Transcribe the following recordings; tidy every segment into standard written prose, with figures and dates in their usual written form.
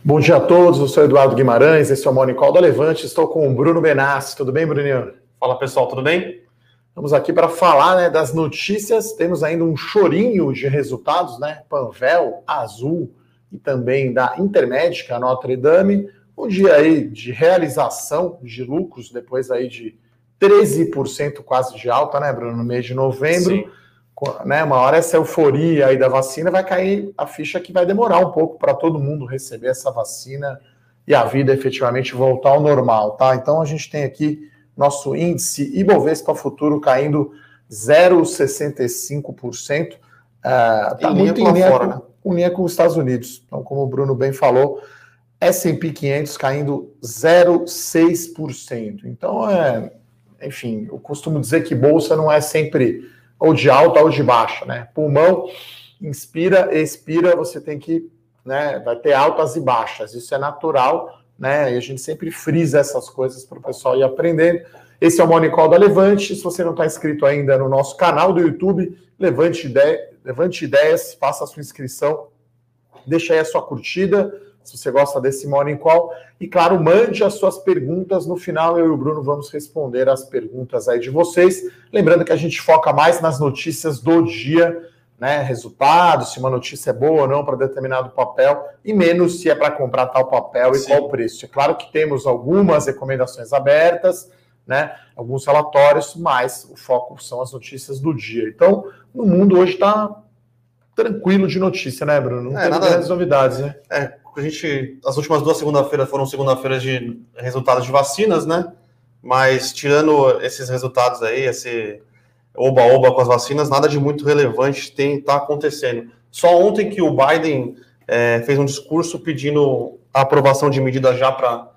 Bom dia a todos, eu sou Eduardo Guimarães, esse é o Morning Call da Levante, estou com o Bruno Benassi. Tudo bem, Bruninho? Fala pessoal, tudo bem? Vamos aqui para falar das notícias, temos ainda um chorinho de resultados, Panvel, Azul e também da Intermédica, a Notre Dame, um dia aí de realização de lucros, depois aí de 13% quase de alta, Bruno, no mês de novembro. Sim. Uma hora essa euforia aí da vacina vai cair a ficha que vai demorar um pouco para todo mundo receber essa vacina e a vida efetivamente voltar ao normal, tá? Então a gente tem aqui nosso índice Ibovespa Futuro caindo 0,65%. Tá muito em linha com os Estados Unidos. Então, como o Bruno bem falou, S&P 500 caindo 0,6%. Então, enfim, eu costumo dizer que bolsa não é sempre ou de alta ou de baixa, Pulmão, inspira, expira, você tem que, vai ter altas e baixas, isso é natural, E a gente sempre frisa essas coisas para o pessoal ir aprendendo. Esse é o Morning Call da Levante. Se você não está inscrito ainda no nosso canal do YouTube, Levante Ideias, faça a sua inscrição, deixa aí a sua curtida, se você gosta desse Morning Call. E, claro, mande as suas perguntas. No final, eu e o Bruno vamos responder as perguntas aí de vocês. Lembrando que a gente foca mais nas notícias do dia, Resultados, se uma notícia é boa ou não para determinado papel, e menos se é para comprar tal papel e qual o preço. É claro que temos algumas recomendações abertas, alguns relatórios, mas o foco são as notícias do dia. Então, no mundo hoje está tranquilo de notícia, Bruno? Não tem grandes novidades, As últimas duas segunda-feiras foram segunda-feiras de resultados de vacinas, Mas tirando esses resultados aí, esse oba-oba com as vacinas, nada de muito relevante está acontecendo. Só ontem que o Biden fez um discurso pedindo a aprovação de medidas já para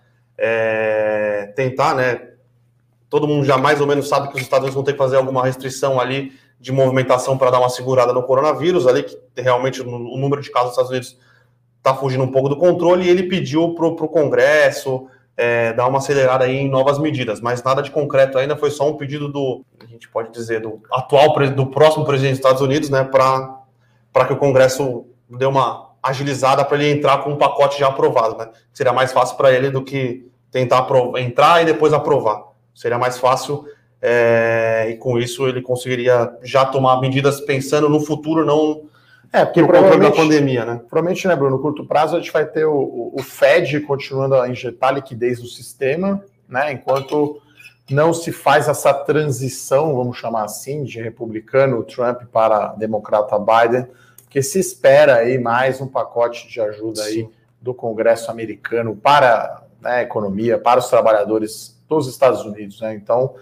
tentar, Todo mundo já mais ou menos sabe que os Estados Unidos vão ter que fazer alguma restrição ali de movimentação para dar uma segurada no coronavírus, ali que realmente o número de casos nos Estados Unidos está fugindo um pouco do controle, e ele pediu para o Congresso dar uma acelerada aí em novas medidas, mas nada de concreto ainda, foi só um pedido a gente pode dizer, do próximo presidente dos Estados Unidos, para que o Congresso dê uma agilizada para ele entrar com um pacote já aprovado, Seria mais fácil para ele do que tentar entrar e depois aprovar. Seria mais fácil, e com isso ele conseguiria já tomar medidas pensando no futuro, não porque no controle da pandemia, Provavelmente, Bruno, no curto prazo a gente vai ter o Fed continuando a injetar liquidez no sistema, enquanto não se faz essa transição, vamos chamar assim, de republicano Trump para democrata Biden, porque se espera aí mais um pacote de ajuda aí do Congresso americano para a economia, para os trabalhadores dos Estados Unidos, Então,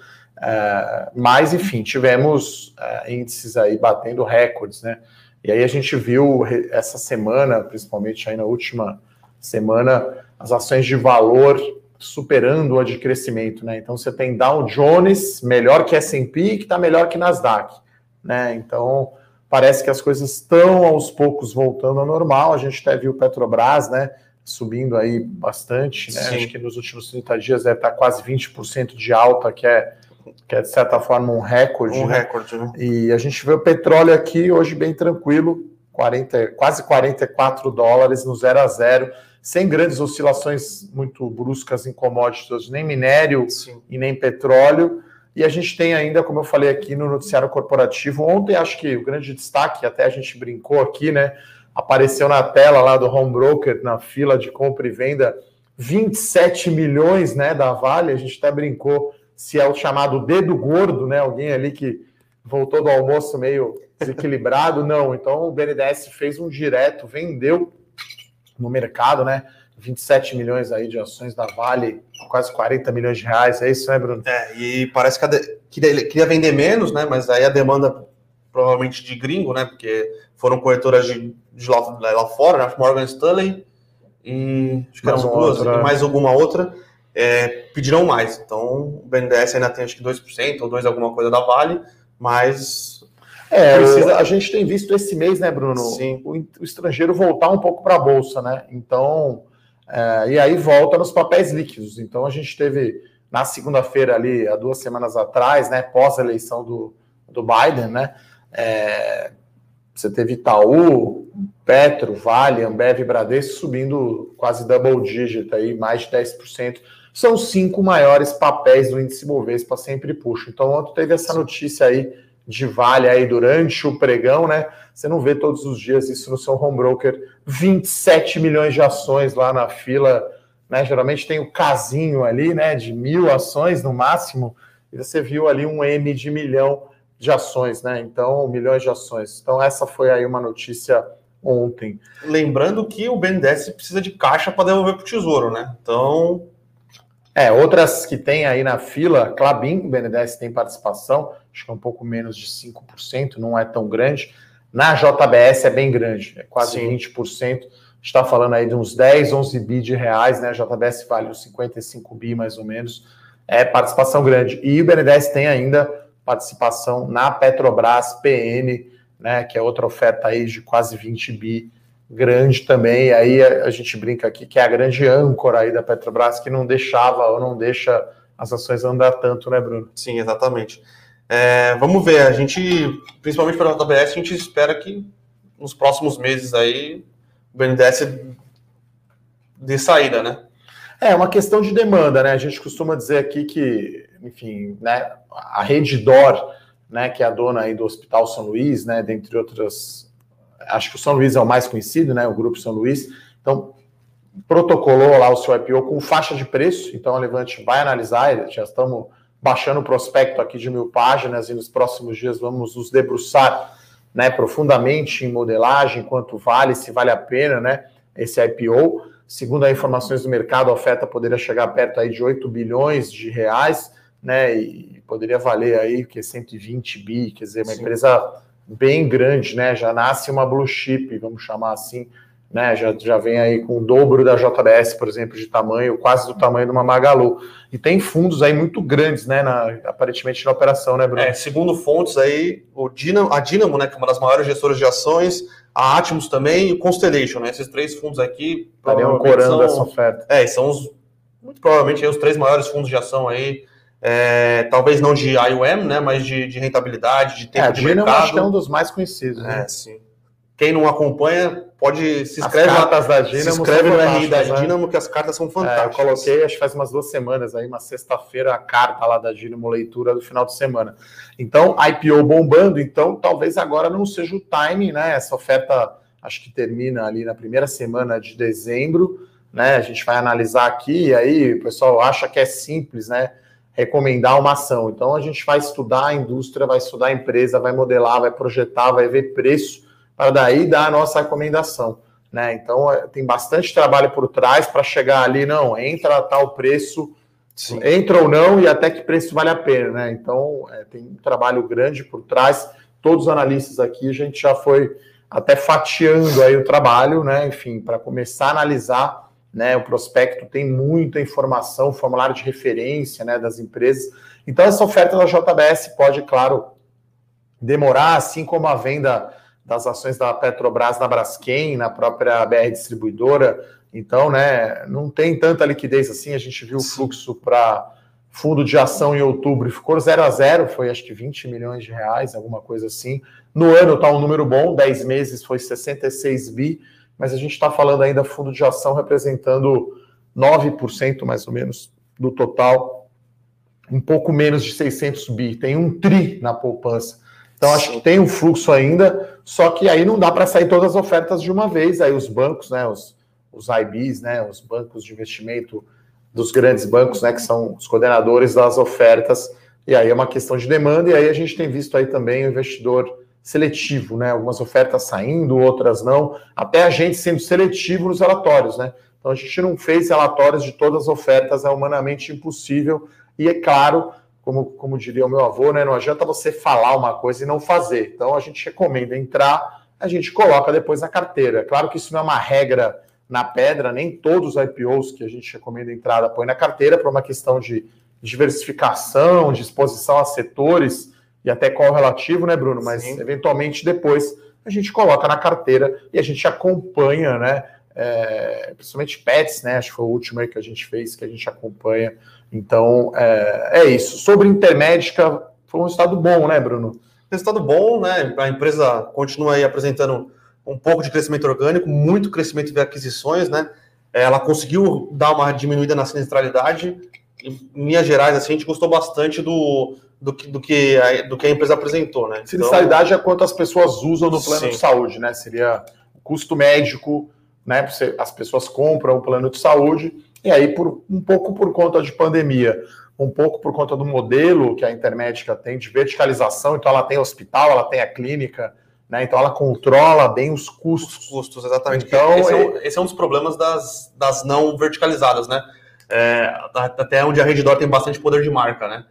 mas enfim, tivemos índices aí batendo recordes, E aí a gente viu essa semana, principalmente aí na última semana, as ações de valor superando a de crescimento, Então você tem Dow Jones melhor que S&P, que está melhor que Nasdaq, Então parece que as coisas estão aos poucos voltando ao normal. A gente até viu o Petrobras, subindo aí bastante, Acho que nos últimos 30 dias deve estar quase 20% de alta, que é de certa forma um recorde. E a gente vê o petróleo aqui hoje bem tranquilo, quase $44 no 0 a 0, sem grandes oscilações muito bruscas em commodities, nem minério e nem petróleo. E a gente tem ainda, como eu falei aqui no noticiário corporativo, ontem acho que o grande destaque, até a gente brincou aqui, apareceu na tela lá do Home Broker, na fila de compra e venda, 27 milhões, da Vale. A gente até brincou se é o chamado dedo gordo, alguém ali que voltou do almoço meio desequilibrado. Não, então o BNDES fez um direto, vendeu no mercado, 27 milhões aí de ações da Vale, quase 40 milhões de reais, é isso, Bruno? E parece que ele queria vender menos, mas aí a demanda provavelmente de gringo, porque foram corretoras de lá fora, Morgan Stanley, e acho que eram duas, e mais alguma outra, pediram mais. Então o BNDES ainda tem acho que 2% ou 2% alguma coisa da Vale, mas a gente tem visto esse mês, Bruno, o estrangeiro voltar um pouco para a Bolsa, Então, e aí volta nos papéis líquidos. Então a gente teve na segunda-feira ali, há 2 semanas atrás, pós a eleição do Biden, você teve Itaú, Petro, Vale, Ambev e Bradesco subindo quase double digit, aí, mais de 10%. São os 5 maiores papéis do índice Bovespa, sempre puxa. Então, ontem teve essa notícia aí de Vale aí durante o pregão, né? Você não vê todos os dias isso no seu home broker. 27 milhões de ações lá na fila, né? Geralmente tem o casinho ali, né? De 1.000 ações no máximo. E você viu ali um M de milhão de ações, né? Então, milhões de ações. Então, essa foi aí uma notícia ontem. Lembrando que o BNDES precisa de caixa para devolver para o Tesouro, né? Então... outras que tem aí na fila, Klabin, o BNDES tem participação, acho que é um pouco menos de 5%, não é tão grande. Na JBS é bem grande, é quase 20%. Está falando aí de uns 10, 11 bi de reais, né? A JBS vale uns 55 bi mais ou menos. É participação grande. E o BNDES tem ainda participação na Petrobras PN, né? Que é outra oferta aí de quase 20 bi, grande também. E aí a gente brinca aqui que é a grande âncora aí da Petrobras, que não deixava ou não deixa as ações andar tanto, né, Bruno? Sim, exatamente. Vamos ver, a gente, principalmente para a JBS, a gente espera que nos próximos meses aí o BNDES dê saída, né? É uma questão de demanda, né? A gente costuma dizer aqui que, enfim, né, a Redditor, né, que é a dona aí do Hospital São Luís, né, dentre outras, acho que o São Luís é o mais conhecido, né, o Grupo São Luís, então protocolou lá o seu IPO com faixa de preço, então a Levante vai analisar, já estamos baixando o prospecto aqui de 1.000 páginas e nos próximos dias vamos nos debruçar, né, profundamente em modelagem, quanto vale, se vale a pena, né, esse IPO. Segundo as informações do mercado, a oferta poderia chegar perto aí de 8 bilhões de reais, né, e poderia valer aí que 120 bi, quer dizer, uma empresa bem grande, né, já nasce uma blue chip, vamos chamar assim, né, já vem aí com o dobro da JBS, por exemplo, de tamanho, quase do tamanho de uma Magalu. E tem fundos aí muito grandes, né, aparentemente na operação, né, Bruno? Segundo fontes aí, a Dynamo, né, que é uma das maiores gestoras de ações, a Atmos também e o Constellation, né, esses 3 fundos aqui estariam ancorando essa oferta. São muito provavelmente aí, os 3 maiores fundos de ação aí, talvez não de IUM, né, mas de rentabilidade, de tempo de mercado. Acho que é um dos mais conhecidos, né? Sim. Quem não acompanha, pode se inscreve. As cartas da Dynamo, se inscreve no RI da Dynamo, que as cartas são fantásticas. Eu coloquei, acho que faz umas 2 semanas, aí, uma sexta-feira, a carta lá da Dynamo, leitura do final de semana. Então, IPO bombando, então talvez agora não seja o time, né? Essa oferta, acho que termina ali na primeira semana de dezembro, né? A gente vai analisar aqui, e aí o pessoal acha que é simples, né? Recomendar uma ação. Então, a gente vai estudar a indústria, vai estudar a empresa, vai modelar, vai projetar, vai ver preço, para daí dar a nossa recomendação, né? Então, tem bastante trabalho por trás para chegar ali, não, entra a tal preço, sim, entra ou não, e até que preço vale a pena, né? Então, tem um trabalho grande por trás. Todos os analistas aqui, a gente já foi até fatiando aí o trabalho, né? Enfim, para começar a analisar, né? O prospecto tem muita informação, formulário de referência, né, das empresas. Então, essa oferta da JBS pode, claro, demorar, assim como a venda das ações da Petrobras na Braskem, na própria BR Distribuidora. Então, né, não tem tanta liquidez assim. A gente viu o fluxo para fundo de ação em outubro e ficou 0-0, foi acho que 20 milhões de reais, alguma coisa assim. No ano está um número bom, 10 meses foi 66 bi, mas a gente está falando ainda fundo de ação representando 9% mais ou menos do total, um pouco menos de 600 bi, tem um tri na poupança. Então, acho que tem um fluxo ainda, só que aí não dá para sair todas as ofertas de uma vez. Aí os bancos, né, os IBs, né, os bancos de investimento dos grandes bancos, né, que são os coordenadores das ofertas, e aí é uma questão de demanda, e aí a gente tem visto aí também o investidor seletivo, né, algumas ofertas saindo, outras não, até a gente sendo seletivo nos relatórios, né. Então, a gente não fez relatórios de todas as ofertas, é humanamente impossível, e é claro, como diria o meu avô, né, não adianta você falar uma coisa e não fazer. Então, a gente recomenda entrar, a gente coloca depois na carteira. Claro que isso não é uma regra na pedra, nem todos os IPOs que a gente recomenda entrada põe na carteira, por uma questão de diversificação, de exposição a setores e até qual relativo, né, Bruno? Mas, sim, eventualmente, depois a gente coloca na carteira e a gente acompanha, né, principalmente Pets, né, acho que foi o último aí que a gente fez, que a gente acompanha. Então, é isso. Sobre Intermédica, foi um resultado bom, né, Bruno? Resultado bom, né? A empresa continua aí apresentando um pouco de crescimento orgânico, muito crescimento via aquisições, né? Ela conseguiu dar uma diminuída na sinistralidade. Em linhas gerais, assim, a gente gostou bastante do que a empresa apresentou, né? Sinistralidade é quanto as pessoas usam no plano de saúde, né? Seria o custo médico, né? As pessoas compram o plano de saúde, e aí um pouco por conta de pandemia, um pouco por conta do modelo que a Intermédica tem de verticalização, então ela tem hospital, ela tem a clínica, né? Então ela controla bem os custos. Os custos, exatamente. Então, esse é um dos problemas das não verticalizadas, né? Até onde a Redditor tem bastante poder de marca, né?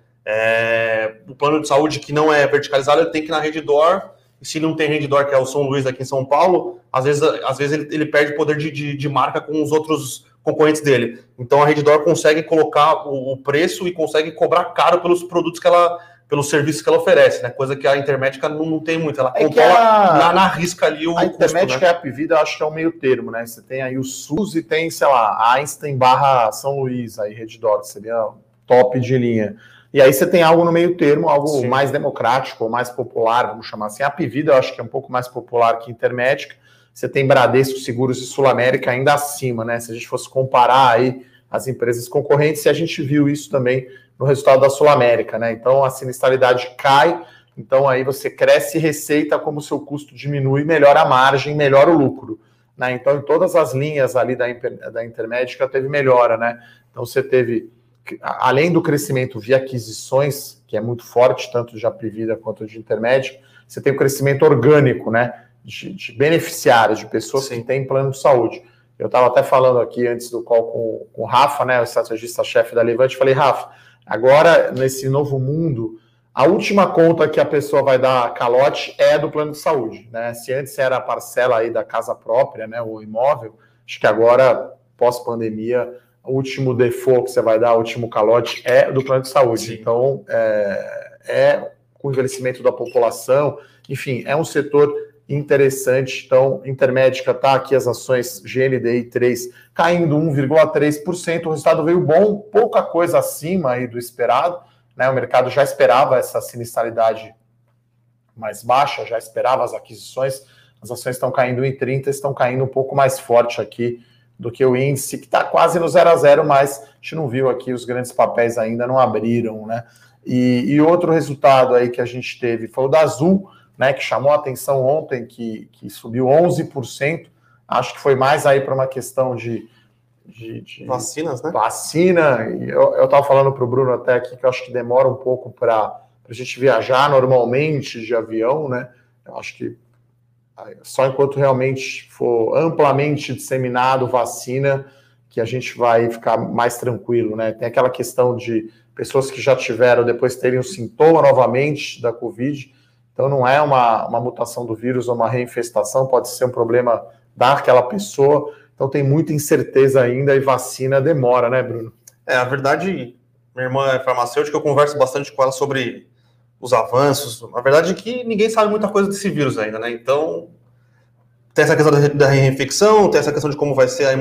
O plano de saúde que não é verticalizado, ele tem que ir na Redditor, e se não tem Redditor, que é o São Luís aqui em São Paulo, às vezes ele perde poder de marca com os outros concorrentes dele. Então a Redditor consegue colocar o preço e consegue cobrar caro pelos produtos pelos serviços que ela oferece, né? Coisa que a Intermédica não tem muito. Ela controla na risca ali o custo. A Intermédica, né? E a Apvida, eu acho que é o meio termo, né? Você tem aí o SUS e tem, sei lá, a Einstein / São Luís, aí Redditor, que seria top de linha. E aí você tem algo no meio termo, algo mais democrático, ou mais popular, vamos chamar assim. A Apvida eu acho que é um pouco mais popular que a Intermédica. Você tem Bradesco, Seguros e Sul América ainda acima, né? Se a gente fosse comparar aí as empresas concorrentes, e a gente viu isso também no resultado da Sul América, né? Então a sinistralidade cai, então aí você cresce receita, como o seu custo diminui, melhora a margem, melhora o lucro, né? Então em todas as linhas ali da Intermédica teve melhora, né? Então você teve, além do crescimento via aquisições, que é muito forte, tanto de Apvida quanto de Intermédica, você tem o crescimento orgânico, né? De beneficiários, de pessoas que têm plano de saúde. Eu estava até falando aqui antes do call com o Rafa, né, o estrategista-chefe da Levante, falei, Rafa, agora nesse novo mundo, a última conta que a pessoa vai dar calote é do plano de saúde, né? Se antes era a parcela aí da casa própria, né, o imóvel, acho que agora, pós-pandemia, o último default que você vai dar, o último calote é do plano de saúde. Sim. Então, com o envelhecimento da população, enfim, é um setor interessante. Então, Intermédica está aqui, as ações GNDI 3 caindo 1,3%, o resultado veio bom, pouca coisa acima aí do esperado, né? O mercado já esperava essa sinistralidade mais baixa, já esperava as aquisições, as ações estão caindo em 30%, estão caindo um pouco mais forte aqui do que o índice, que está quase no 0 a 0, mas a gente não viu aqui, os grandes papéis ainda não abriram, né? E outro resultado aí que a gente teve foi o da Azul, né, que chamou a atenção ontem, que subiu 11%, acho que foi mais aí para uma questão de vacinas, né? Vacina, e eu estava falando para o Bruno até aqui que eu acho que demora um pouco para a gente viajar normalmente de avião, né? Eu acho que só enquanto realmente for amplamente disseminado vacina que a gente vai ficar mais tranquilo, né? Tem aquela questão de pessoas que já tiveram, depois terem o sintoma novamente da Covid. Então, não é uma mutação do vírus ou uma reinfestação, pode ser um problema daquela pessoa. Então, tem muita incerteza ainda e vacina demora, né, Bruno? A verdade, minha irmã é farmacêutica, eu converso bastante com ela sobre os avanços. A verdade é que ninguém sabe muita coisa desse vírus ainda, né? Então, tem essa questão da reinfecção, tem essa questão de como vai ser a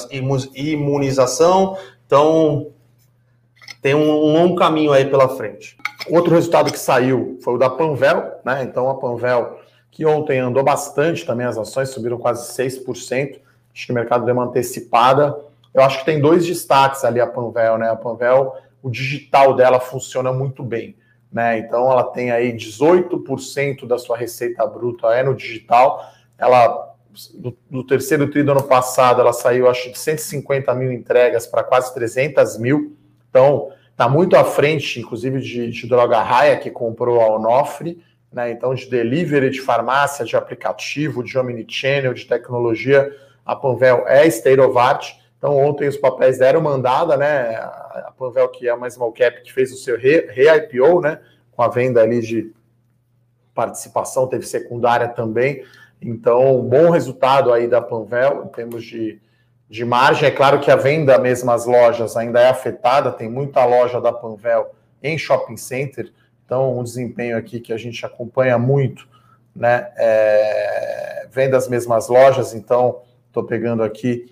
imunização. Então, tem um longo caminho aí pela frente. Outro resultado que saiu foi o da Panvel, né? Então a Panvel, que ontem andou bastante também, as ações subiram quase 6%. Acho que o mercado deu uma antecipada. Eu acho que tem dois destaques ali a Panvel, né? A Panvel, o digital dela funciona muito bem, né? Então ela tem aí 18% da sua receita bruta no digital. Ela, no terceiro tri do ano passado, ela saiu, acho, de 150 mil entregas para quase 300 mil. Então, está muito à frente, inclusive, de Droga Raia, que comprou a Onofre, né? Então, de delivery, de farmácia, de aplicativo, de omnichannel, de tecnologia, a Panvel é state of art. Então, ontem os papéis deram mandada, né? A Panvel, que é uma small cap, que fez o seu re-IPO, né? Com a venda ali de participação, teve secundária também. Então, bom resultado aí da Panvel, em termos de margem. É claro que a venda mesmo às lojas ainda é afetada, tem muita loja da Panvel em shopping center, então um desempenho aqui que a gente acompanha muito, né, venda às mesmas lojas. Então, estou pegando aqui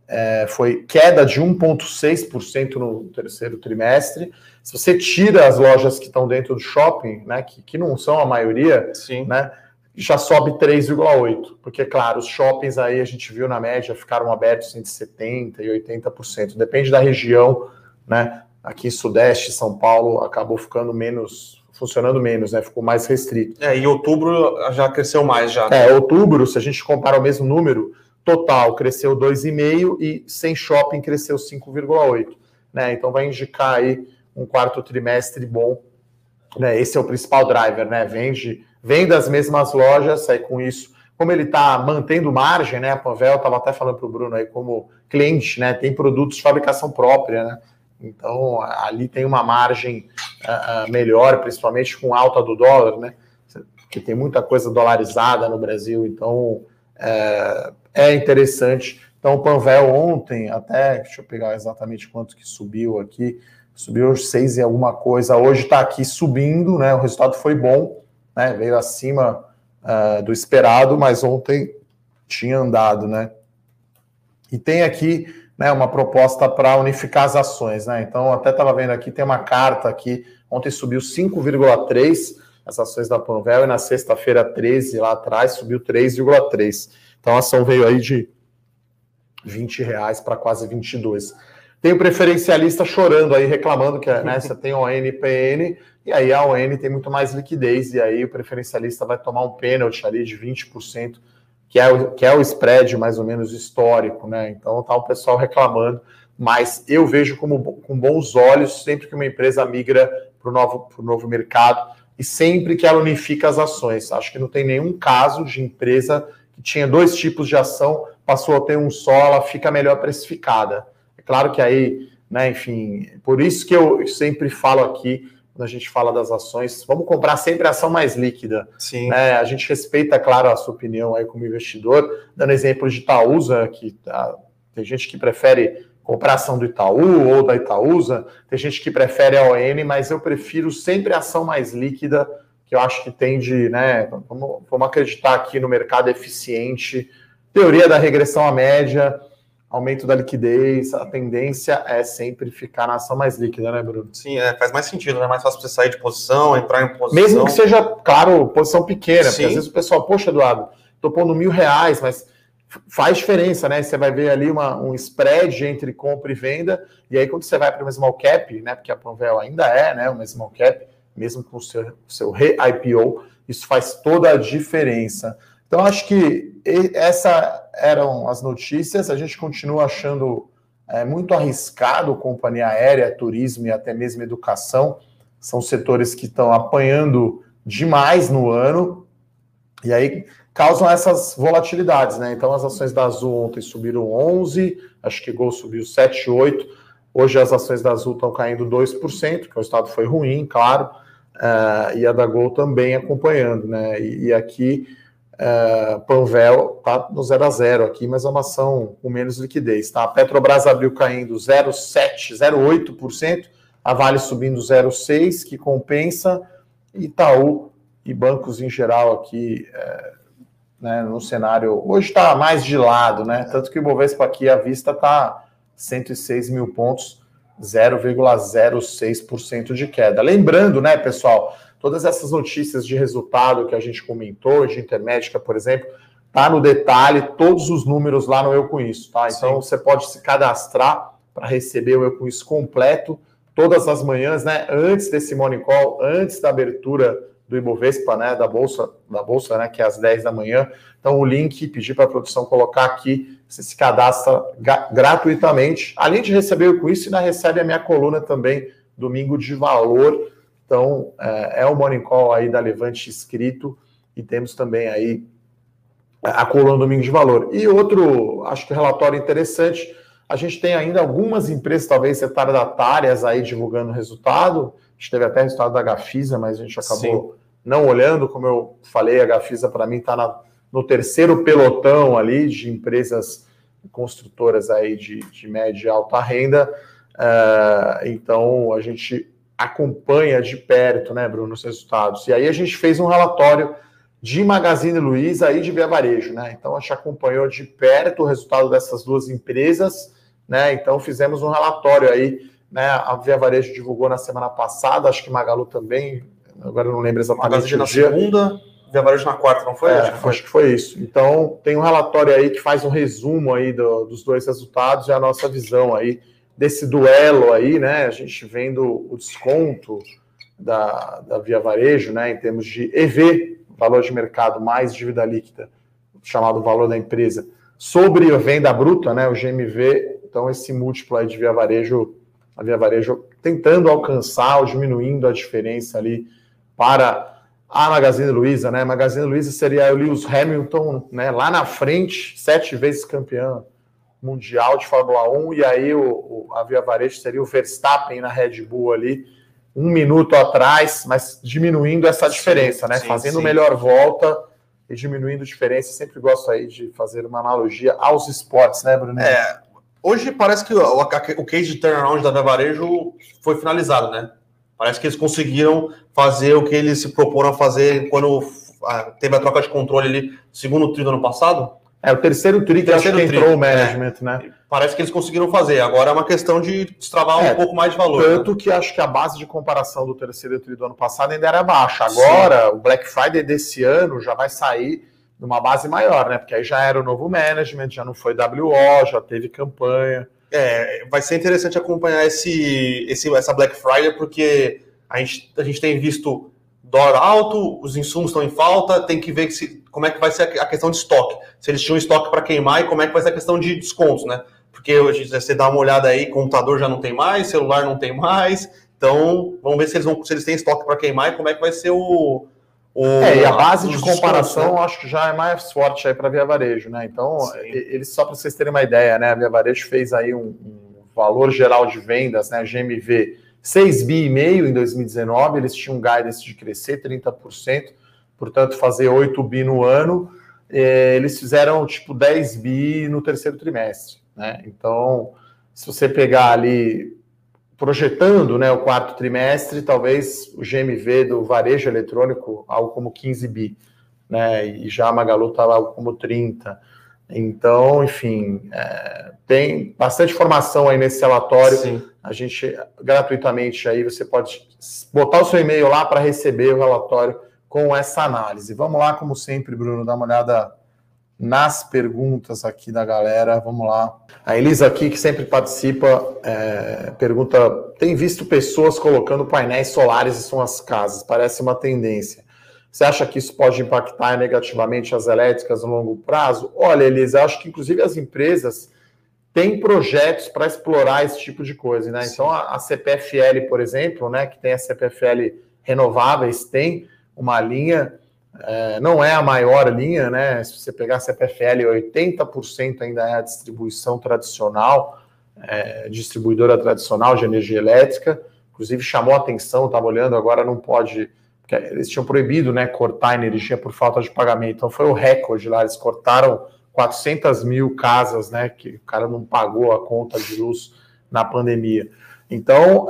foi queda de 1,6% no terceiro trimestre. Se você tira as lojas que estão dentro do shopping, né, que não são a maioria, Sim. né, já sobe 3,8%, porque, claro, os shoppings aí a gente viu na média ficaram abertos entre 70% e 80%, depende da região, né, aqui em Sudeste, São Paulo, acabou ficando funcionando menos, né, ficou mais restrito. E outubro já cresceu mais já. Outubro, se a gente compara o mesmo número, total cresceu 2,5% e sem shopping cresceu 5,8%, né, então vai indicar aí um quarto trimestre bom, né, esse é o principal driver, né, vem das mesmas lojas, aí com isso, como ele está mantendo margem, né, a Panvel, estava até falando para o Bruno aí, como cliente, né, tem produtos de fabricação própria, né, então ali tem uma margem melhor, principalmente com alta do dólar, né, porque tem muita coisa dolarizada no Brasil, então é interessante. Então o Panvel ontem, até, deixa eu pegar exatamente quanto que subiu aqui, subiu 6 e alguma coisa, hoje está aqui subindo, né, o resultado foi bom, né, veio acima do esperado, mas ontem tinha andado, né? E tem aqui, né, uma proposta para unificar as ações, né? Então, até estava vendo aqui, tem uma carta aqui, ontem subiu 5,3% as ações da Panvel, e na sexta-feira 13, lá atrás, subiu 3,3%. Então, a ação veio aí de R$20 para quase 22. Tem o preferencialista chorando aí, reclamando que, né, você tem ON e PN, e aí a ON tem muito mais liquidez, e aí o preferencialista vai tomar um pênalti ali de 20%, que é o spread mais ou menos histórico, né? Então tá o pessoal reclamando, mas eu vejo com bons olhos sempre que uma empresa migra para o novo mercado e sempre que ela unifica as ações. Acho que não tem nenhum caso de empresa que tinha 2 tipos de ação, passou a ter um só, ela fica melhor precificada. É claro que aí, né, enfim, por isso que eu sempre falo aqui, quando a gente fala das ações, vamos comprar sempre a ação mais líquida. Sim. Né? A gente respeita, claro, a sua opinião aí como investidor, dando exemplo de Itaúsa, que tem gente que prefere comprar ação do Itaú ou da Itaúsa, tem gente que prefere a ON, mas eu prefiro sempre a ação mais líquida, que eu acho que tende, né, vamos acreditar aqui no mercado eficiente, teoria da regressão à média, aumento da liquidez, a tendência é sempre ficar na ação mais líquida, né, Bruno? Sim, faz mais sentido, né? Mais fácil você sair de posição, entrar em posição. Mesmo que seja, claro, posição pequena, Sim. porque às vezes o pessoal, poxa, Eduardo, tô pondo R$1.000, mas faz diferença, né? Você vai ver ali um spread entre compra e venda, e aí quando você vai para o small cap, né? Porque a Panvel ainda é, né? Uma small cap, mesmo com o seu re-IPO, isso faz toda a diferença. Então, acho que essas eram as notícias. A gente continua achando muito arriscado companhia aérea, turismo e até mesmo educação. São setores que estão apanhando demais no ano e aí causam essas volatilidades, né? Então, as ações da Azul ontem subiram 11%, acho que Gol subiu 7,8%. Hoje as ações da Azul estão caindo 2%, que o resultado foi ruim, claro, e a da Gol também acompanhando, né? E aqui Panvel está no 0 a 0 aqui, mas é uma ação com menos liquidez, tá? A Petrobras abriu caindo 0,7%, 0,8%, a Vale subindo 0,6%, que compensa, Itaú e bancos em geral aqui, né, no cenário, hoje está mais de lado, né? Tanto que o Bovespa aqui à vista está 106 mil pontos, 0,06% de queda. Lembrando, né, pessoal, todas essas notícias de resultado que a gente comentou, de Intermédica, por exemplo, tá no detalhe, todos os números lá no Eu Com Isso, tá? Então você pode se cadastrar para receber o Eu Com Isso completo todas as manhãs, né? Antes desse Morning Call, antes da abertura do Ibovespa, né? Da bolsa, né? Que é às 10 da manhã. Então o link, pedir para a produção colocar aqui, você se cadastra gratuitamente. Além de receber o Eu Com Isso, ainda recebe a minha coluna também, Domingo de Valor. Então, é o Morning Call aí da Levante escrito e temos também aí a coluna Domingo de Valor. E outro, acho que relatório interessante, a gente tem ainda algumas empresas, talvez retardatárias aí divulgando resultado. A gente teve até resultado da Gafisa, mas a gente acabou não olhando. Como eu falei, a Gafisa para mim está no terceiro pelotão ali de empresas construtoras aí de média e alta renda. Então, a gente acompanha de perto, né, Bruno, os resultados. E aí a gente fez um relatório de Magazine Luiza e de Via Varejo, né? Então a gente acompanhou de perto o resultado dessas duas empresas, né? Então fizemos um relatório aí, né? A Via Varejo divulgou na semana passada, acho que Magalu também, agora eu não lembro exatamente Magazine na segunda, Via Varejo na quarta, não foi? Acho que foi isso. Então tem um relatório aí que faz um resumo aí dos dois resultados e a nossa visão aí desse duelo aí, né? A gente vendo o desconto da Via Varejo, né? Em termos de EV, valor de mercado mais dívida líquida, chamado valor da empresa, sobre a venda bruta, né, o GMV, então esse múltiplo aí de Via Varejo, a Via Varejo tentando alcançar ou diminuindo a diferença ali para a Magazine Luiza, né, Magazine Luiza seria o Lewis Hamilton, né, lá na frente, 7 vezes campeão mundial de Fórmula 1, e aí a Via Varejo seria o Verstappen na Red Bull ali, 1 minuto atrás, mas diminuindo essa diferença, né? Fazendo melhor volta e diminuindo a diferença. Sempre gosto aí de fazer uma analogia aos esportes, né, Bruno? Hoje parece que o case de turnaround da Via Varejo foi finalizado, né? Parece que eles conseguiram fazer o que eles se proporam a fazer quando teve a troca de controle ali, segundo tri do ano passado. O terceiro tri que acho que entrou o management, né? Parece que eles conseguiram fazer. Agora é uma questão de destravar um pouco mais de valor. Tanto que acho que a base de comparação do terceiro tri do ano passado ainda era baixa. Agora, o Black Friday desse ano já vai sair numa base maior, né? Porque aí já era o novo management, já não foi WO, já teve campanha. Vai ser interessante acompanhar essa Black Friday, porque a gente tem visto dólar alto, os insumos estão em falta, tem que ver como é que vai ser a questão de estoque. Se eles tinham estoque para queimar e como é que vai ser a questão de descontos, né? Porque hoje você dá uma olhada aí, computador já não tem mais, celular não tem mais, então vamos ver se eles têm estoque para queimar e como é que vai ser e a base de comparação, né? Acho que já é mais forte aí para a Via Varejo, né? Então, eles, só para vocês terem uma ideia, né? A Via Varejo fez aí um valor geral de vendas, né? GMV, 6,5 bi em 2019, eles tinham um guidance de crescer 30%, portanto, fazer 8 bi no ano, eles fizeram tipo 10 bi no terceiro trimestre, né? Então, se você pegar ali, projetando, né, o quarto trimestre, talvez o GMV do varejo eletrônico, algo como 15 bi, né? E já a Magalu estava algo como 30. Então, enfim, tem bastante informação aí nesse relatório. Sim. A gente, gratuitamente, aí você pode botar o seu e-mail lá para receber o relatório com essa análise. Vamos lá, como sempre, Bruno, dá uma olhada nas perguntas aqui da galera. Vamos lá. A Elisa aqui, que sempre participa, pergunta: tem visto pessoas colocando painéis solares em suas casas? Parece uma tendência. Você acha que isso pode impactar negativamente as elétricas no longo prazo? Olha, Elisa, eu acho que inclusive as empresas têm projetos para explorar esse tipo de coisa, né? Sim. Então a CPFL, por exemplo, né, que tem a CPFL Renováveis, tem uma linha, não é a maior linha, né? Se você pegar a CPFL, 80% ainda é a distribuição tradicional, distribuidora tradicional de energia elétrica. Inclusive chamou a atenção, estava olhando, agora não pode. Eles tinham proibido, né, cortar energia por falta de pagamento. Então foi o recorde lá, eles cortaram 400 mil casas, né, que o cara não pagou a conta de luz na pandemia. Então,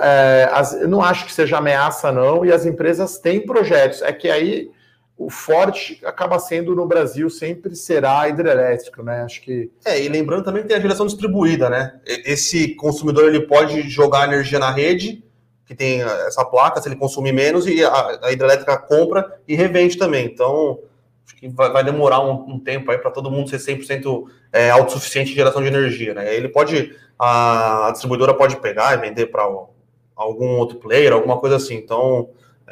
eu não acho que seja ameaça, não, e as empresas têm projetos. É que aí o forte acaba sendo no Brasil, sempre será hidrelétrico, né? Acho que. E lembrando também que tem a geração distribuída, né? Esse consumidor ele pode jogar energia na rede, que tem essa placa, se ele consumir menos, e a hidrelétrica compra e revende também. Então, acho que vai demorar um tempo aí para todo mundo ser 100% autossuficiente em geração de energia, né? Ele pode, a distribuidora pode pegar e vender para algum outro player, alguma coisa assim. Então,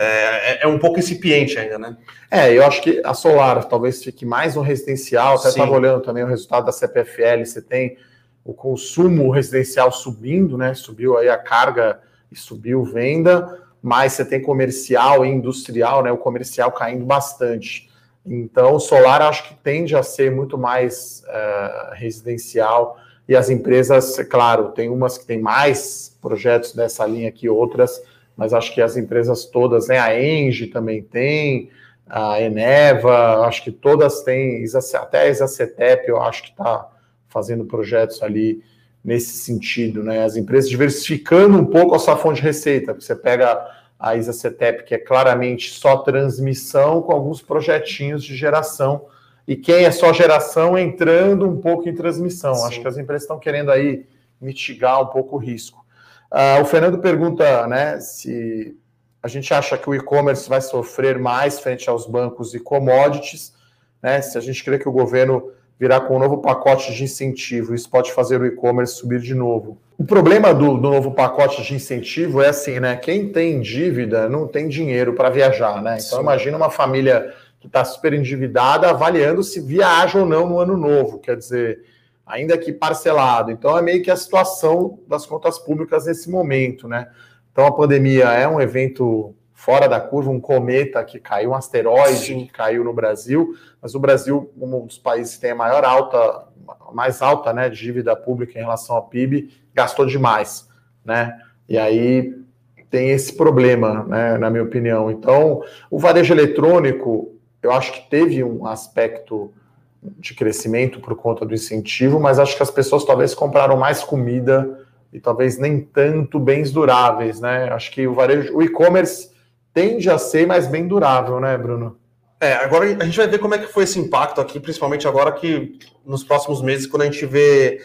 é um pouco incipiente ainda, né? Eu acho que a Solar talvez fique mais no residencial, até estava olhando também o resultado da CPFL, você tem o consumo residencial subindo, né? Subiu aí a carga e subiu venda, mas você tem comercial e industrial, né? O comercial caindo bastante. Então, o solar acho que tende a ser muito mais residencial, e as empresas, claro, tem umas que têm mais projetos dessa linha que outras, mas acho que as empresas todas, né? A Engie também tem, a Eneva, acho que todas têm, até a Exacetep, eu acho que está fazendo projetos ali nesse sentido, né? As empresas diversificando um pouco a sua fonte de receita. Você pega a ISA-CETEP, que é claramente só transmissão, com alguns projetinhos de geração, e quem é só geração entrando um pouco em transmissão. Sim. Acho que as empresas estão querendo aí mitigar um pouco o risco. O Fernando pergunta, né, se a gente acha que o e-commerce vai sofrer mais frente aos bancos e commodities, né, se a gente crê que o governo virá com um novo pacote de incentivo, isso pode fazer o e-commerce subir de novo. O problema do novo pacote de incentivo é assim, né? Quem tem dívida não tem dinheiro para viajar, né? Então, imagina uma família que está super endividada avaliando se viaja ou não no ano novo, quer dizer, ainda que parcelado. Então, é meio que a situação das contas públicas nesse momento, né? Então, a pandemia é um evento fora da curva, um cometa que caiu, um asteroide que caiu no Brasil, mas o Brasil, um dos países que tem a mais alta, né, dívida pública em relação ao PIB, gastou demais, né? E aí tem esse problema, né, na minha opinião. Então, o varejo eletrônico, eu acho que teve um aspecto de crescimento por conta do incentivo, mas acho que as pessoas talvez compraram mais comida e talvez nem tanto bens duráveis, né? Acho que o e-commerce tende a ser mais bem durável, né, Bruno? Agora a gente vai ver como é que foi esse impacto aqui, principalmente agora que nos próximos meses, quando a gente vê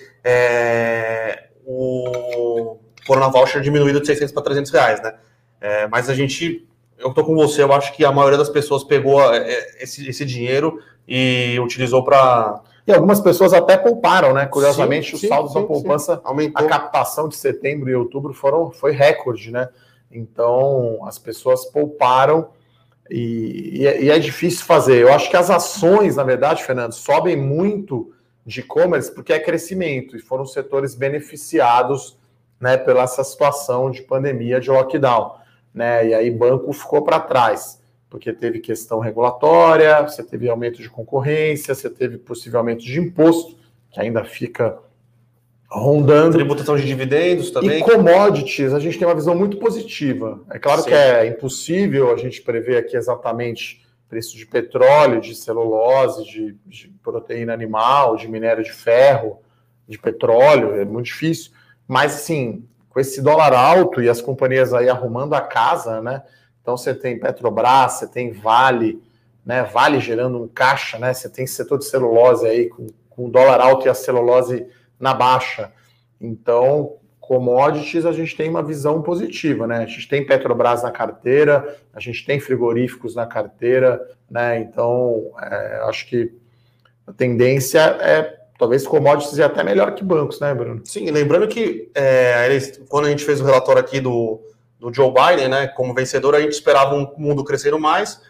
o Corona Voucher diminuído de 600 para 300 reais, né? Mas eu tô com você, eu acho que a maioria das pessoas pegou esse dinheiro e utilizou para... E algumas pessoas até pouparam, né? Curiosamente, os saldos da poupança, aumentou. A captação de setembro e outubro foi recorde, né? Então, as pessoas pouparam e é difícil fazer. Eu acho que as ações, na verdade, Fernando, sobem muito de e-commerce porque é crescimento e foram setores beneficiados, né, pela essa situação de pandemia, de lockdown, né? E aí banco ficou para trás, porque teve questão regulatória, você teve aumento de concorrência, você teve possível aumento de imposto, que ainda fica rondando. Tributação de dividendos também. E commodities, a gente tem uma visão muito positiva. É claro que é impossível a gente prever aqui exatamente preço de petróleo, de celulose, de proteína animal, de minério de ferro, de petróleo, é muito difícil. Mas, assim, com esse dólar alto e as companhias aí arrumando a casa, né? Então, você tem Petrobras, você tem Vale, né? Vale gerando um caixa, né? Você tem setor de celulose aí com o dólar alto e a celulose na baixa. Então, commodities, a gente tem uma visão positiva, né? A gente tem Petrobras na carteira, a gente tem frigoríficos na carteira, né? Então, acho que a tendência é talvez commodities é até melhor que bancos, né, Bruno? Sim, lembrando que quando a gente fez o relatório aqui do Joe Biden, né, como vencedor, a gente esperava um mundo crescendo mais,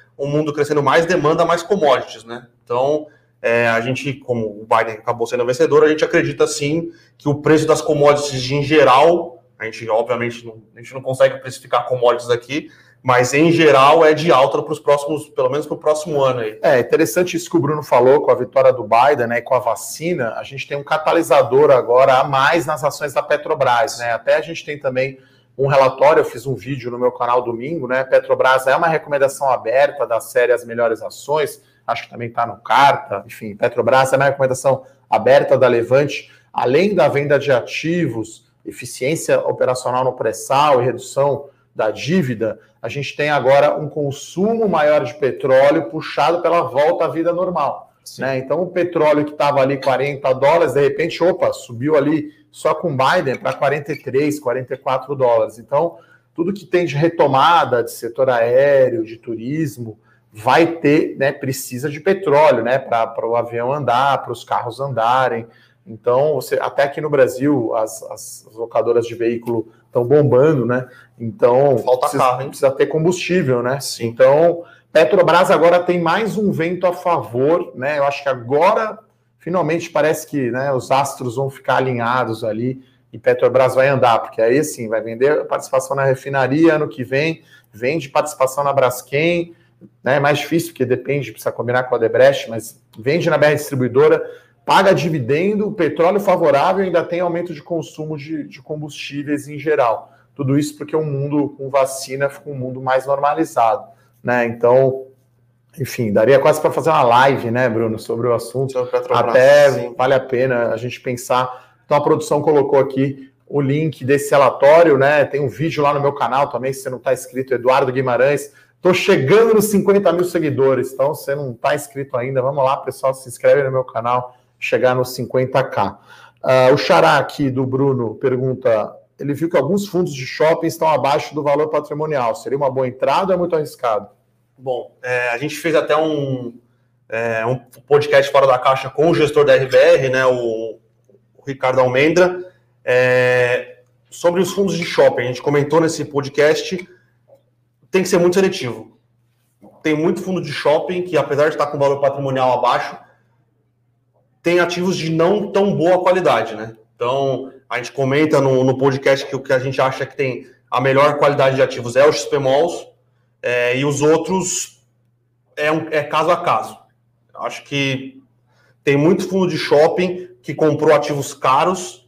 demanda mais commodities, né? Então, a gente, como o Biden acabou sendo vencedor, a gente acredita sim que o preço das commodities em geral, a gente obviamente não consegue precificar commodities aqui, mas em geral é de alta para os próximos, pelo menos para o próximo ano aí. É interessante isso que o Bruno falou com a vitória do Biden, né, e com a vacina, a gente tem um catalisador agora a mais nas ações da Petrobras, né? Até a gente tem também um relatório, eu fiz um vídeo no meu canal domingo, né? Petrobras é uma recomendação aberta da série As Melhores Ações, acho que também está no Carta, enfim, Petrobras é uma recomendação aberta da Levante, além da venda de ativos, eficiência operacional no pré-sal e redução da dívida, a gente tem agora um consumo maior de petróleo puxado pela volta à vida normal, né? Então o petróleo que estava ali $40, de repente, subiu ali só com Biden para 43, 44 dólares. Então, tudo que tem de retomada de setor aéreo, de turismo, vai ter, né, precisa de petróleo, né, para o avião andar, para os carros andarem. Então, até aqui no Brasil, as locadoras de veículo estão bombando, né? Então, precisa ter combustível, né? Sim. Então, Petrobras agora tem mais um vento a favor, né? Eu acho que agora, finalmente, parece que, né, os astros vão ficar alinhados ali e Petrobras vai andar, porque aí, sim, vai vender participação na refinaria ano que vem, vende participação na Braskem, né? É mais difícil, porque depende, precisa combinar com a Odebrecht, mas vende na BR Distribuidora, paga dividendo, petróleo favorável e ainda tem aumento de consumo de combustíveis em geral. Tudo isso porque o mundo com vacina fica um mundo mais normalizado, né? Então, enfim, daria quase para fazer uma live, né, Bruno, sobre o assunto. Até vale a pena a gente pensar. Então, a produção colocou aqui o link desse relatório, né? Tem um vídeo lá no meu canal também, se você não está inscrito, Eduardo Guimarães. Estou chegando nos 50 mil seguidores, então se você não está inscrito ainda, vamos lá, pessoal, se inscreve no meu canal, chegar nos 50k. O Xará aqui do Bruno pergunta, ele viu que alguns fundos de shopping estão abaixo do valor patrimonial, seria uma boa entrada ou é muito arriscado? Bom, a gente fez até um podcast fora da caixa com o gestor da RBR, né, o Ricardo Almendra, sobre os fundos de shopping. A gente comentou nesse podcast, tem que ser muito seletivo. Tem muito fundo de shopping que, apesar de estar com valor patrimonial abaixo, tem ativos de não tão boa qualidade, né? Então, a gente comenta no podcast que o que a gente acha que tem a melhor qualidade de ativos é o XP Malls, e os outros é caso a caso. Acho que tem muito fundo de shopping que comprou ativos caros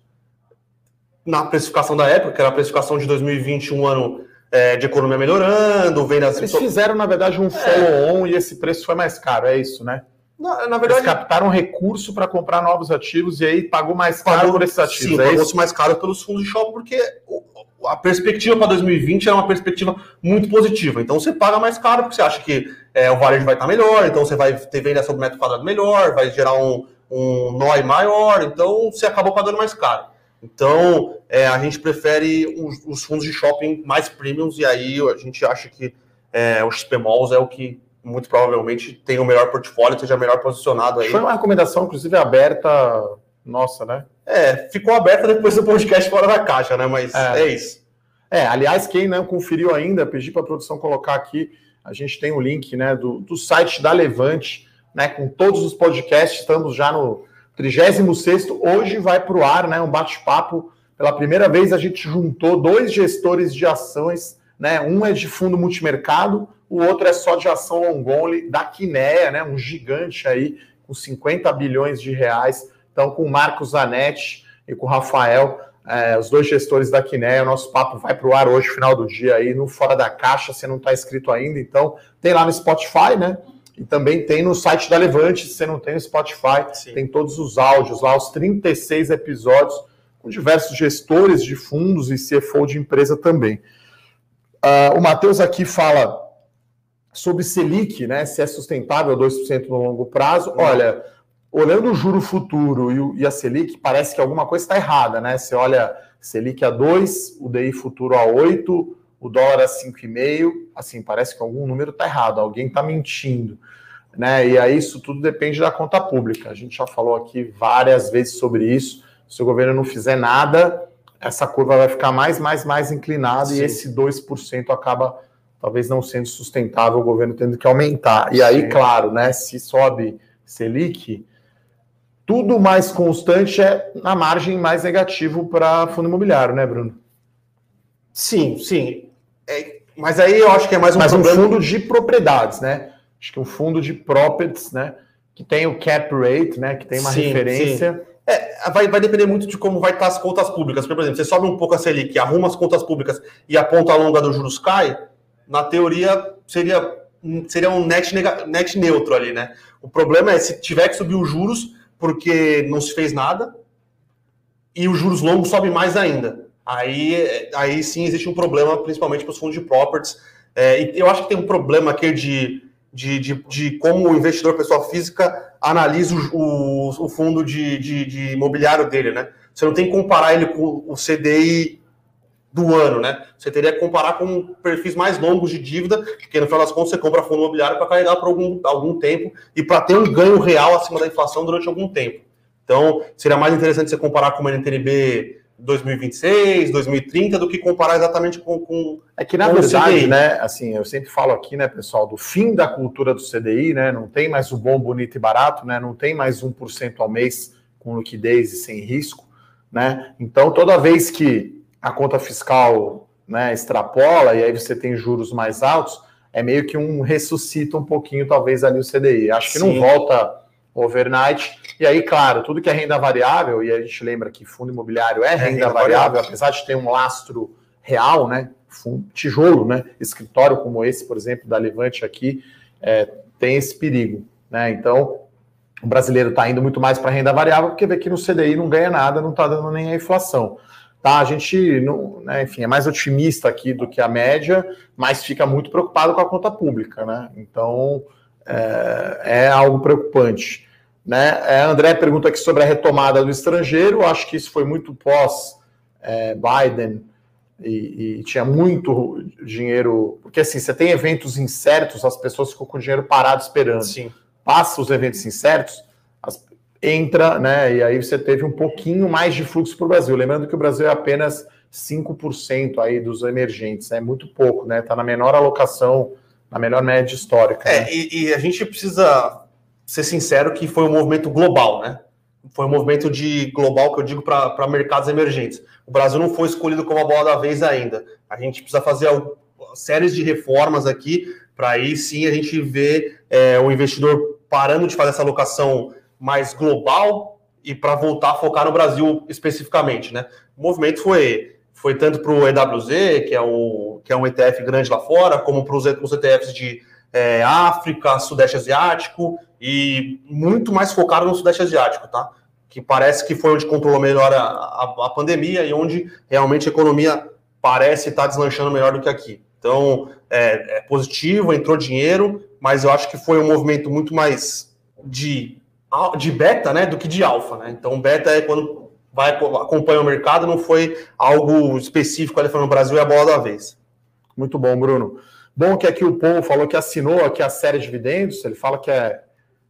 na precificação da época, que era a precificação de 2020, um ano de economia melhorando, vendas... Eles fizeram, na verdade, um follow-on e esse preço foi mais caro, é isso, né? Na verdade, eles captaram recurso para comprar novos ativos e aí pagou mais caro por esses ativos. Sim, pagou-se mais caro pelos fundos de shopping, porque a perspectiva para 2020 era uma perspectiva muito positiva. Então você paga mais caro porque você acha que o varejo vai estar melhor, então você vai ter venda sobre metro quadrado melhor, vai gerar um NOI maior, então você acabou pagando mais caro. Então a gente prefere os fundos de shopping mais premiums e aí a gente acha que o XP Malls é o que muito provavelmente tem o melhor portfólio, seja melhor posicionado aí. Foi uma recomendação, inclusive, aberta, nossa, né? Ficou aberta depois do podcast fora da caixa, né? Mas é isso. Aliás, quem não conferiu ainda, pedi para a produção colocar aqui, a gente tem o link, né, do site da Levante, né, com todos os podcasts, estamos já no 36º, hoje vai para o ar, né, um bate-papo, pela primeira vez a gente juntou 2 gestores de ações, né, um é de fundo multimercado, o outro é só de ação long only da Kinea, né, um gigante aí, com 50 bilhões de reais. Então, com o Marcos Zanetti e com o Rafael, os 2 gestores da Kinea, o nosso papo vai para o ar hoje, final do dia, aí no Fora da Caixa, você não está inscrito ainda, então tem lá no Spotify, né, e também tem no site da Levante, se você não tem no Spotify, sim, tem todos os áudios lá, os 36 episódios, com diversos gestores de fundos e CFO de empresa também. O Matheus aqui fala sobre Selic, né, se é sustentável 2% no longo prazo. Olha, olhando o juro futuro e a Selic, parece que alguma coisa está errada, né? Você olha Selic a 2, o DI futuro a 8, o dólar a 5,5, assim, parece que algum número está errado, alguém está mentindo, né? E aí isso tudo depende da conta pública. A gente já falou aqui várias vezes sobre isso. Se o governo não fizer nada, essa curva vai ficar mais inclinada. Sim. E esse 2% acaba talvez não sendo sustentável, o governo tendo que aumentar. E aí, sim, claro, né, se sobe Selic, tudo mais constante na margem mais negativo para fundo imobiliário, né, Bruno? Sim. Mas aí eu acho que é mais um fundo de propriedades, né? Acho que um fundo de properties, né, que tem o cap rate, né, que tem uma referência... Sim. Vai depender muito de como vai estar as contas públicas. Porque, por exemplo, você sobe um pouco a Selic, arruma as contas públicas e a ponta longa dos juros cai, na teoria seria um net neutro ali, né? O problema é se tiver que subir os juros porque não se fez nada e os juros longos sobem mais ainda. Aí sim existe um problema, principalmente para os fundos de properties. E eu acho que tem um problema aqui de como o investidor, pessoa física, analisa o fundo de imobiliário dele, né? Você não tem que comparar ele com o CDI do ano, né? Você teria que comparar com perfis mais longos de dívida, porque no final das contas você compra fundo imobiliário para carregar por algum tempo e para ter um ganho real acima da inflação durante algum tempo. Então, seria mais interessante você comparar com o NTNB 2026, 2030, do que comparar exatamente com É que, na verdade, né, assim, eu sempre falo aqui, né, pessoal, do fim da cultura do CDI, né, não tem mais o bom, bonito e barato, né, não tem mais 1% ao mês com liquidez e sem risco, né, então toda vez que a conta fiscal, né, extrapola e aí você tem juros mais altos, é meio que ressuscita um pouquinho, talvez, ali o CDI. Acho que sim, não volta overnight. E aí, claro, tudo que é renda variável, e a gente lembra que fundo imobiliário é renda variável, apesar de ter um lastro real, né, tijolo, né, escritório como esse, por exemplo, da Levante aqui, tem esse perigo, né? Então, o brasileiro está indo muito mais para renda variável, porque vê que no CDI não ganha nada, não está dando nem a inflação. Tá, a gente, não, né, enfim, é mais otimista aqui do que a média, mas fica muito preocupado com a conta pública, né? Então, é algo preocupante. Né? André pergunta aqui sobre a retomada do estrangeiro. Acho que isso foi muito pós-Biden e tinha muito dinheiro. Porque assim, você tem eventos incertos, as pessoas ficam com o dinheiro parado esperando. Sim. Passa os eventos incertos, entra, né? E aí você teve um pouquinho mais de fluxo para o Brasil. Lembrando que o Brasil é apenas 5% aí dos emergentes, é muito pouco, né? Está na menor alocação, na melhor média histórica. Né? E a gente precisa ser sincero que foi um movimento global, né? Foi um movimento global que eu digo para mercados emergentes. O Brasil não foi escolhido como a bola da vez ainda. A gente precisa fazer séries de reformas aqui para aí sim a gente ver o investidor parando de fazer essa alocação mais global e para voltar a focar no Brasil especificamente, né? O movimento foi tanto para o EWZ, que é um ETF grande lá fora, como para os ETFs de África, Sudeste Asiático, e muito mais focado no Sudeste Asiático, tá? Que parece que foi onde controlou melhor a pandemia e onde realmente a economia parece estar deslanchando melhor do que aqui. Então, é positivo, entrou dinheiro, mas eu acho que foi um movimento muito mais de beta, né, do que de alfa, né? Então, beta é quando acompanha o mercado, não foi algo específico ali falando no Brasil, é a bola da vez. Muito bom, Bruno. Bom que aqui o Paul falou que assinou aqui a série de dividendos, ele fala que é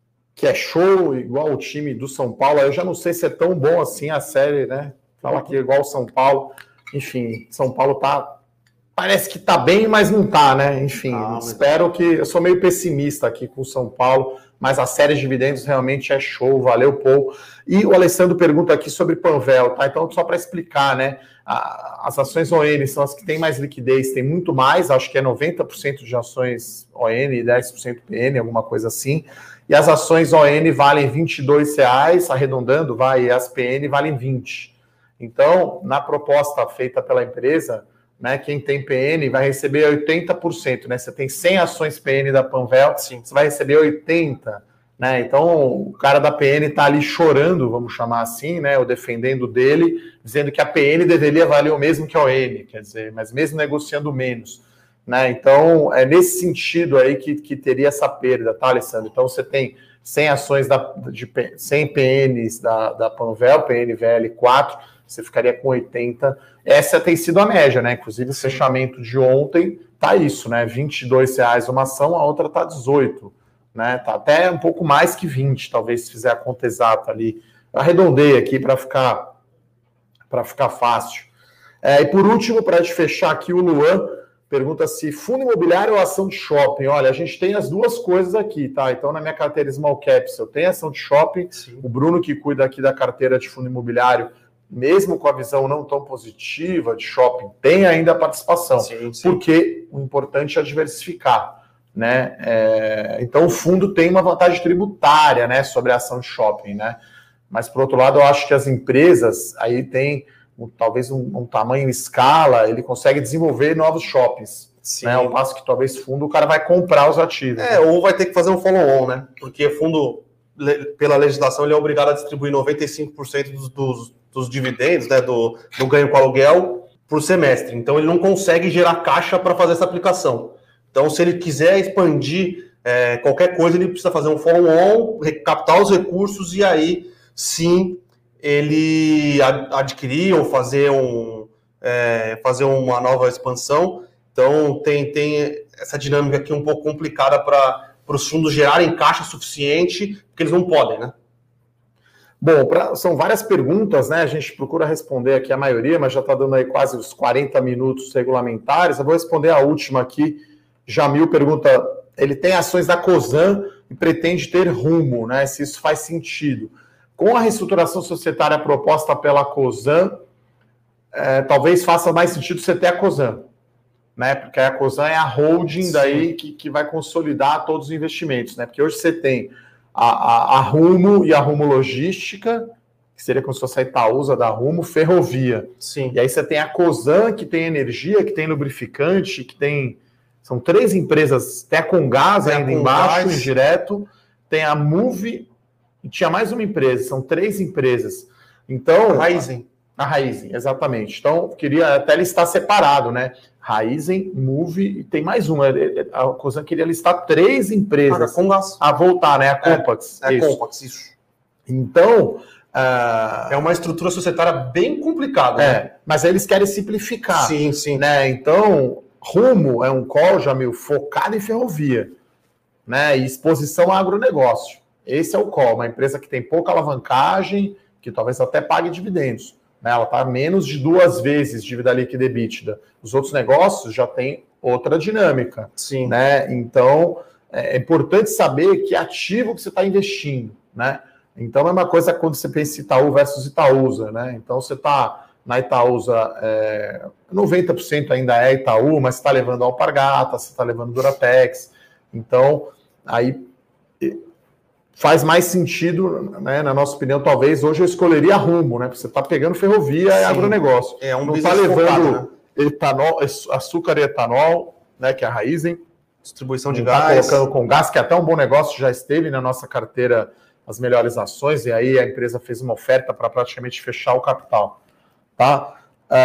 show, igual o time do São Paulo. Eu já não sei se é tão bom assim a série, né? Fala que é igual o São Paulo. Enfim, São Paulo parece que tá bem, mas não tá, né? Enfim, espero que... Eu sou meio pessimista aqui com o São Paulo, mas a série de dividendos realmente é show. Valeu, Paul. E o Alessandro pergunta aqui sobre Panvel, tá? Então, só para explicar, né? As ações ON são as que têm mais liquidez, tem muito mais, acho que é 90% de ações ON e 10% PN, alguma coisa assim. E as ações ON valem R$22, arredondando, e as PN valem 20. Então, na proposta feita pela empresa, né, quem tem PN vai receber 80%, né? Você tem 100 ações PN da Panvel, sim, você vai receber 80, né? Então, o cara da PN está ali chorando, vamos chamar assim, né, ou defendendo dele, dizendo que a PN deveria valer o mesmo que a ON, quer dizer, mas mesmo negociando menos, né? Então, é nesse sentido aí que teria essa perda, tá, Alessandro? Então, você tem 100 ações 100 PNs da Panvel, PNVL4, você ficaria com 80. Essa tem sido a média, né? Inclusive, o fechamento de ontem tá isso, né? R$22 uma ação, a outra tá 18, né? Tá até um pouco mais que 20, talvez, se fizer a conta exata ali. Eu arredondei aqui para ficar fácil. E por último, para te fechar aqui, o Luan pergunta se fundo imobiliário ou ação de shopping. Olha, a gente tem as duas coisas aqui, tá? Então, na minha carteira Small Caps, eu tenho ação de shopping. Sim. O Bruno, que cuida aqui da carteira de fundo imobiliário, mesmo com a visão não tão positiva de shopping, tem ainda a participação. Sim. Porque o importante é diversificar, né? Então, o fundo tem uma vantagem tributária, né, sobre a ação de shopping, né? Mas, por outro lado, eu acho que as empresas aí têm talvez um tamanho escala, ele consegue desenvolver novos shoppings. Sim. Né? Ao passo que talvez fundo o cara vai comprar os ativos. Né? Ou vai ter que fazer um follow-on, né? Porque fundo, pela legislação, ele é obrigado a distribuir 95% dos dividendos, né? do ganho com aluguel por semestre. Então, ele não consegue gerar caixa para fazer essa aplicação. Então, se ele quiser expandir qualquer coisa, ele precisa fazer um follow-on, captar os recursos e aí, sim, ele adquirir ou fazer uma nova expansão. Então, tem essa dinâmica aqui um pouco complicada para os fundos gerarem caixa suficiente, porque eles não podem, né? Bom, são várias perguntas, né? A gente procura responder aqui a maioria, mas já está dando aí quase os 40 minutos regulamentares. Eu vou responder a última aqui. Jamil pergunta, ele tem ações da Cosan e pretende ter rumo, né? Se isso faz sentido. Com a reestruturação societária proposta pela Cosan, talvez faça mais sentido você ter a Cosan, né? Porque a Cosan é a holding daí que vai consolidar todos os investimentos, né? Porque hoje você tem a Rumo e a Rumo Logística, que seria como se fosse a Itaúsa da Rumo, Ferrovia. Sim. E aí você tem a Cosan, que tem energia, que tem lubrificante, que tem... São 3 empresas, tem a Comgás ainda embaixo, indireto, tem a Move... E tinha mais uma empresa, são 3 empresas. Então, Raizen. A Raizen, exatamente. Então, queria até listar separado, né? Raizen, Moove e tem mais uma. A Cosan queria listar 3 empresas a voltar, né? A Compass. A Compass, isso. Então... é uma estrutura societária bem complicada. Né? Mas aí eles querem simplificar. Sim, sim. Né? Então, Rumo é um call, Jamil, focado em ferrovia, né? E exposição a agronegócio. Esse é o call, uma empresa que tem pouca alavancagem, que talvez até pague dividendos. Né? Ela está menos de 2 vezes dívida líquida e EBITDA. Os outros negócios já têm outra dinâmica. Sim. Né? Então, é importante saber que ativo que você está investindo, né? Então, é uma coisa quando você pensa em Itaú versus Itaúsa, né? Então, você está na Itaúsa, 90% ainda é Itaú, mas você está levando Alpargata, você está levando Duratex. Então, aí faz mais sentido, né, na nossa opinião, talvez, hoje eu escolheria Rumo, né? Porque você está pegando ferrovia e agronegócio. Não está levando focado, né? Etanol, açúcar e etanol, né, que é a Raizen. Distribuição de gás. Está colocando com gás, que é até um bom negócio, já esteve na nossa carteira as melhores ações, e aí a empresa fez uma oferta para praticamente fechar o capital. Tá?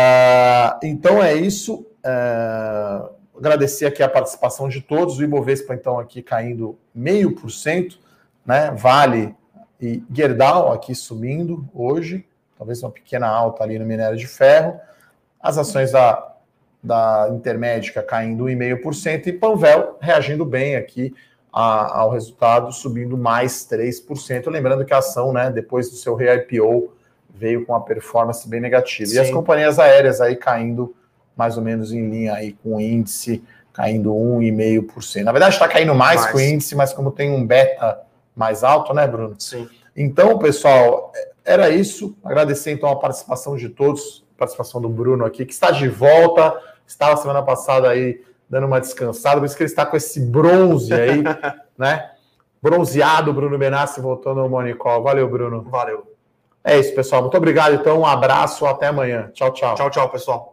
Então é isso. Agradecer aqui a participação de todos. O Ibovespa, então, aqui caindo 0,5%, né? Vale e Gerdau aqui subindo hoje, talvez uma pequena alta ali no minério de ferro. As ações da Intermédica caindo 1,5% e Panvel reagindo bem aqui ao resultado, subindo mais 3%. Lembrando que a ação, né, depois do seu re-IPO, veio com uma performance bem negativa. Sim. E as companhias aéreas aí caindo mais ou menos em linha aí com o índice, caindo 1,5%. Na verdade, está caindo mais com o índice, mas como tem um beta mais alto, né, Bruno? Sim. Então, pessoal, era isso. Agradecer, então, a participação de todos, a participação do Bruno aqui, que está de volta, estava semana passada aí dando uma descansada, por isso que ele está com esse bronze aí, né? Bronzeado, Bruno Benassi, voltando ao Morning Call. Valeu, Bruno. Valeu. É isso, pessoal. Muito obrigado. Então, um abraço. Até amanhã. Tchau, tchau. Tchau, tchau, pessoal.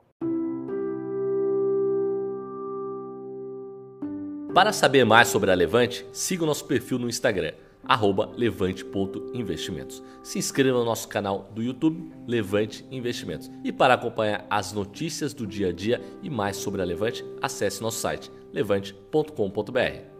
Para saber mais sobre a Levante, siga o nosso perfil no Instagram, @levante.investimentos. Se inscreva no nosso canal do YouTube, Levante Investimentos. E para acompanhar as notícias do dia a dia e mais sobre a Levante, acesse nosso site, levante.com.br.